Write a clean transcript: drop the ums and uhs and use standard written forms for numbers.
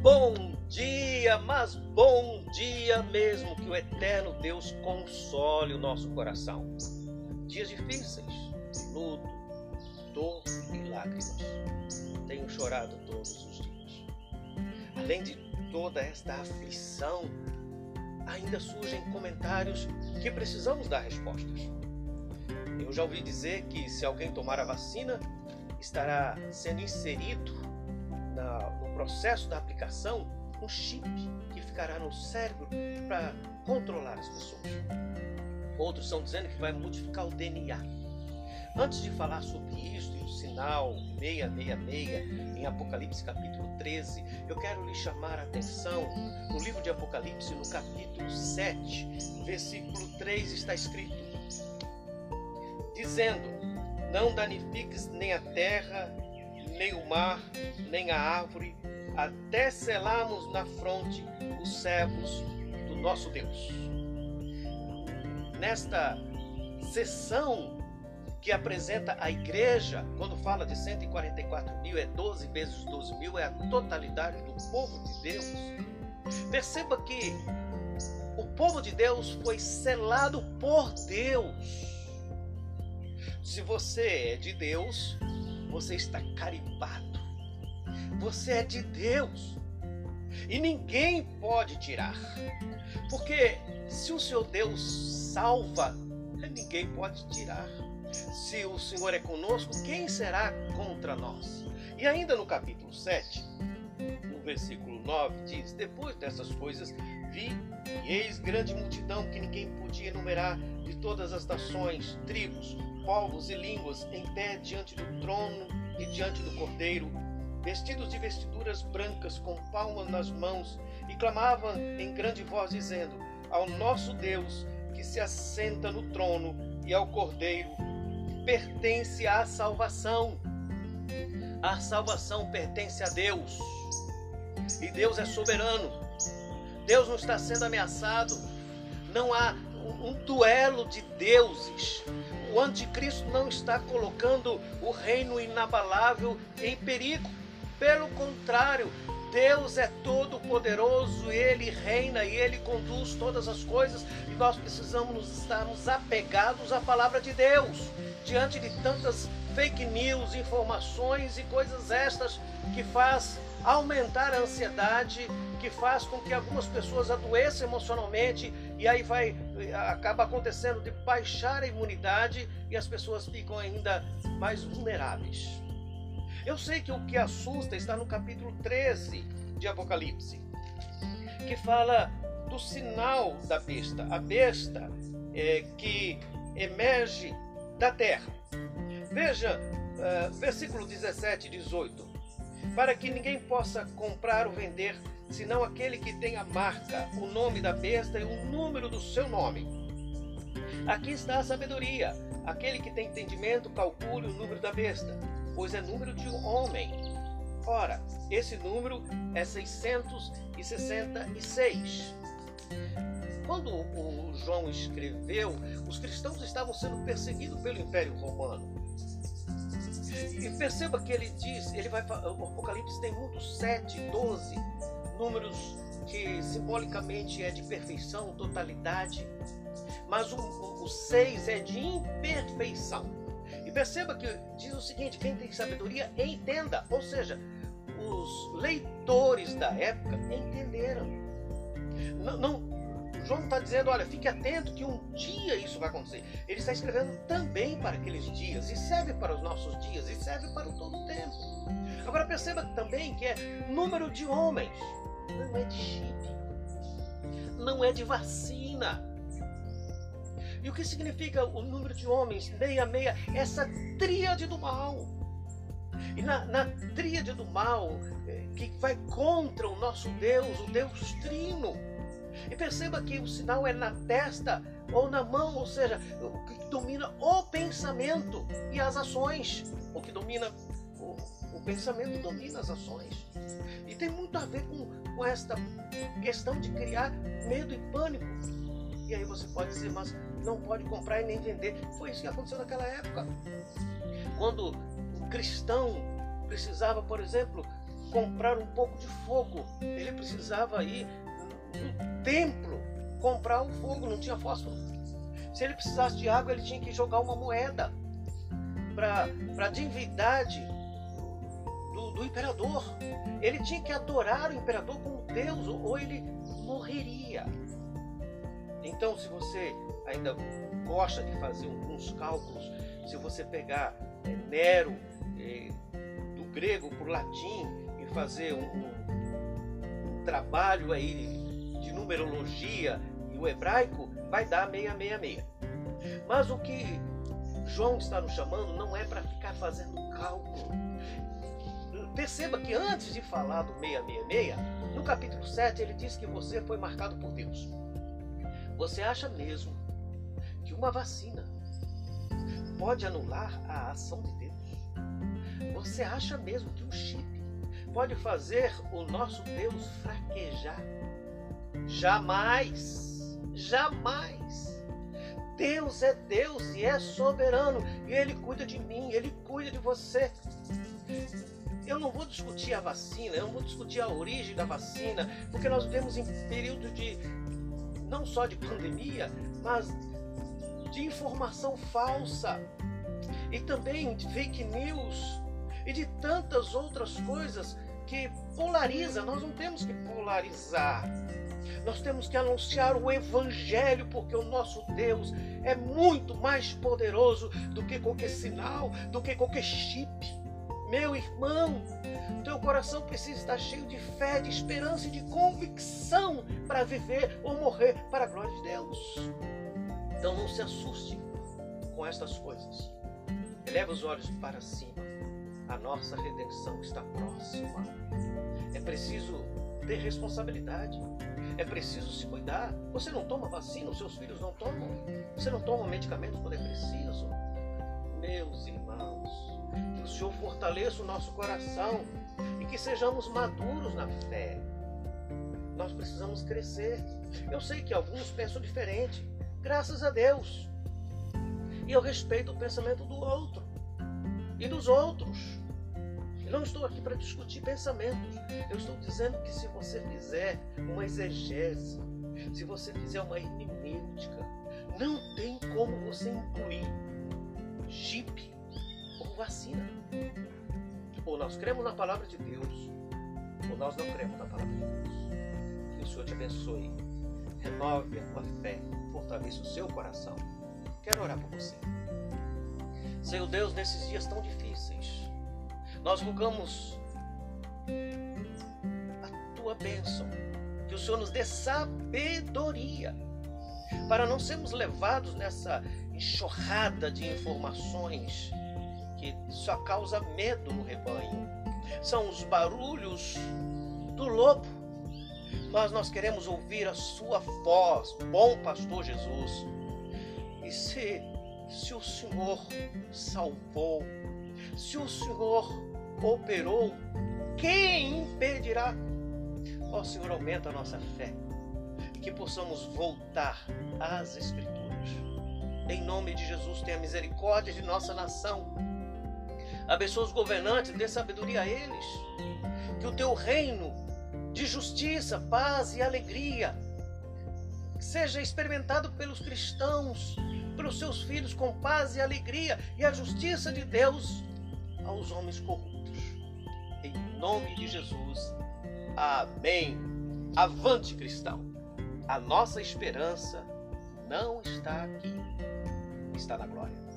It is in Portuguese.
Bom dia, mas bom dia mesmo, que o eterno Deus console o nosso coração. Dias difíceis, luto, dor e lágrimas. Tenho chorado todos os dias. Além de toda esta aflição, ainda surgem comentários que precisamos dar respostas. Eu já ouvi dizer que se alguém tomar a vacina, estará sendo inserido no processo da aplicação um chip que ficará no cérebro para controlar as pessoas. Outros estão dizendo que vai modificar o DNA. Antes de falar sobre isso e o sinal 666 em Apocalipse capítulo 13, eu quero lhe chamar a atenção no livro de Apocalipse, no capítulo 7, versículo 3, está escrito, dizendo: não danifiques nem a terra, nem o mar, nem a árvore, até selarmos na fronte os servos do nosso Deus. Nesta sessão que apresenta a igreja, quando fala de 144 mil, é 12 vezes 12 mil, é a totalidade do povo de Deus. Perceba que o povo de Deus foi selado por Deus. Se você é de Deus, você está carimbado. Você é de Deus. E ninguém pode tirar. Porque se o seu Deus salva, ninguém pode tirar. Se o Senhor é conosco, quem será contra nós? E ainda no capítulo 7, no versículo 9, diz: depois dessas coisas vi, e eis grande multidão que ninguém podia enumerar, de todas as nações, tribos, povos e línguas, em pé diante do trono e diante do Cordeiro, vestidos de vestiduras brancas, com palmas nas mãos, e clamavam em grande voz, dizendo: ao nosso Deus, que se assenta no trono, e ao Cordeiro, pertence a salvação. A salvação pertence a Deus. E Deus é soberano. Deus não está sendo ameaçado. Não há um duelo de deuses. O anticristo não está colocando o reino inabalável em perigo. Pelo contrário, Deus é todo poderoso, Ele reina e Ele conduz todas as coisas, e nós precisamos estarmos apegados à palavra de Deus, diante de tantas fake news, informações e coisas estas que faz aumentar a ansiedade, que faz com que algumas pessoas adoeçam emocionalmente, e aí acaba acontecendo de baixar a imunidade e as pessoas ficam ainda mais vulneráveis. Eu sei que o que assusta está no capítulo 13 de Apocalipse, que fala do sinal da besta, a besta que emerge da terra. Veja, versículo 17 e 18. Para que ninguém possa comprar ou vender, senão aquele que tem a marca, o nome da besta e o número do seu nome. Aqui está a sabedoria. Aquele que tem entendimento, calcule o número da besta, pois é número de um homem. Ora, esse número é 666. Quando o João escreveu, os cristãos estavam sendo perseguidos pelo Império Romano. E perceba que ele diz, o Apocalipse tem muitos 7, 12 números que simbolicamente é de perfeição, totalidade, mas o 6 é de imperfeição. E perceba que diz o seguinte: quem tem sabedoria, entenda. Ou seja, os leitores da época entenderam. João está dizendo: olha, fique atento que um dia isso vai acontecer. Ele está escrevendo também para aqueles dias, e serve para os nossos dias, e serve para todo o tempo. Agora perceba também que é número de homens, não é de chip, não é de vacina. E o que significa o número de homens, 66? Essa tríade do mal. E na tríade do mal, que vai contra o nosso Deus, o Deus Trino. E perceba que o sinal é na testa ou na mão, ou seja, o que domina o pensamento e as ações. O que domina o pensamento domina as ações. E tem muito a ver com esta questão de criar medo e pânico. E aí você pode dizer: mas não pode comprar e nem vender. Foi isso que aconteceu naquela época. Quando o cristão precisava, por exemplo, comprar um pouco de fogo, ele precisava ir no templo comprar um fogo, não tinha fósforo. Se ele precisasse de água, ele tinha que jogar uma moeda para a divindade do imperador. Ele tinha que adorar o imperador como Deus, ou ele morreria. Então, se você ainda gosta de fazer alguns cálculos, se você pegar Nero, do grego para o latim, e fazer um trabalho aí de numerologia e o hebraico, vai dar 666. Mas o que João está nos chamando não é para ficar fazendo cálculo. Perceba que antes de falar do 666, no capítulo 7 ele diz que você foi marcado por Deus. Você acha mesmo que uma vacina pode anular a ação de Deus? Você acha mesmo que um chip pode fazer o nosso Deus fraquejar? Jamais! Jamais! Deus é Deus e é soberano, e Ele cuida de mim, Ele cuida de você. Eu não vou discutir a vacina, eu não vou discutir a origem da vacina, porque nós vivemos em período de, não só de pandemia, mas de informação falsa, e também de fake news, e de tantas outras coisas que polariza. Nós não temos que polarizar. Nós temos que anunciar o Evangelho, porque o nosso Deus é muito mais poderoso do que qualquer sinal, do que qualquer chip. Meu irmão, teu coração precisa estar cheio de fé, de esperança e de convicção para viver ou morrer para a glória de Deus. Então não se assuste com estas coisas. Eleva os olhos para cima. A nossa redenção está próxima. É preciso ter responsabilidade. É preciso se cuidar. Você não toma vacina, os seus filhos não tomam. Você não toma medicamentos quando é preciso. Meus irmãos, que o Senhor fortaleça o nosso coração e que sejamos maduros na fé. Nós precisamos crescer. Eu sei que alguns pensam diferente, graças a Deus. E eu respeito o pensamento do outro e dos outros. Eu não estou aqui para discutir pensamentos. Eu estou dizendo que se você fizer uma exegese, se você fizer uma hermenêutica, não tem como você incluir chip ou vacina. Ou nós cremos na palavra de Deus, ou nós não cremos na palavra de Deus. Que o Senhor te abençoe, renove a tua fé, fortaleça o seu coração. Quero orar por você. Senhor Deus, nesses dias tão difíceis, nós rogamos a tua bênção, que o Senhor nos dê sabedoria para não sermos levados nessa enxurrada de informações que só causa medo no rebanho. São os barulhos do lobo, mas nós queremos ouvir a sua voz, bom pastor Jesus. E se o Senhor salvou, se o Senhor operou, quem impedirá? Ó Senhor, aumenta a nossa fé, que possamos voltar às Escrituras. Em nome de Jesus, tenha misericórdia de nossa nação. Abençoa os governantes, dê sabedoria a eles. Que o teu reino de justiça, paz e alegria seja experimentado pelos cristãos, pelos seus filhos, com paz e alegria, e a justiça de Deus aos homens corruptos. Em nome de Jesus. Amém. Avante, cristão. A nossa esperança não está aqui, está na glória.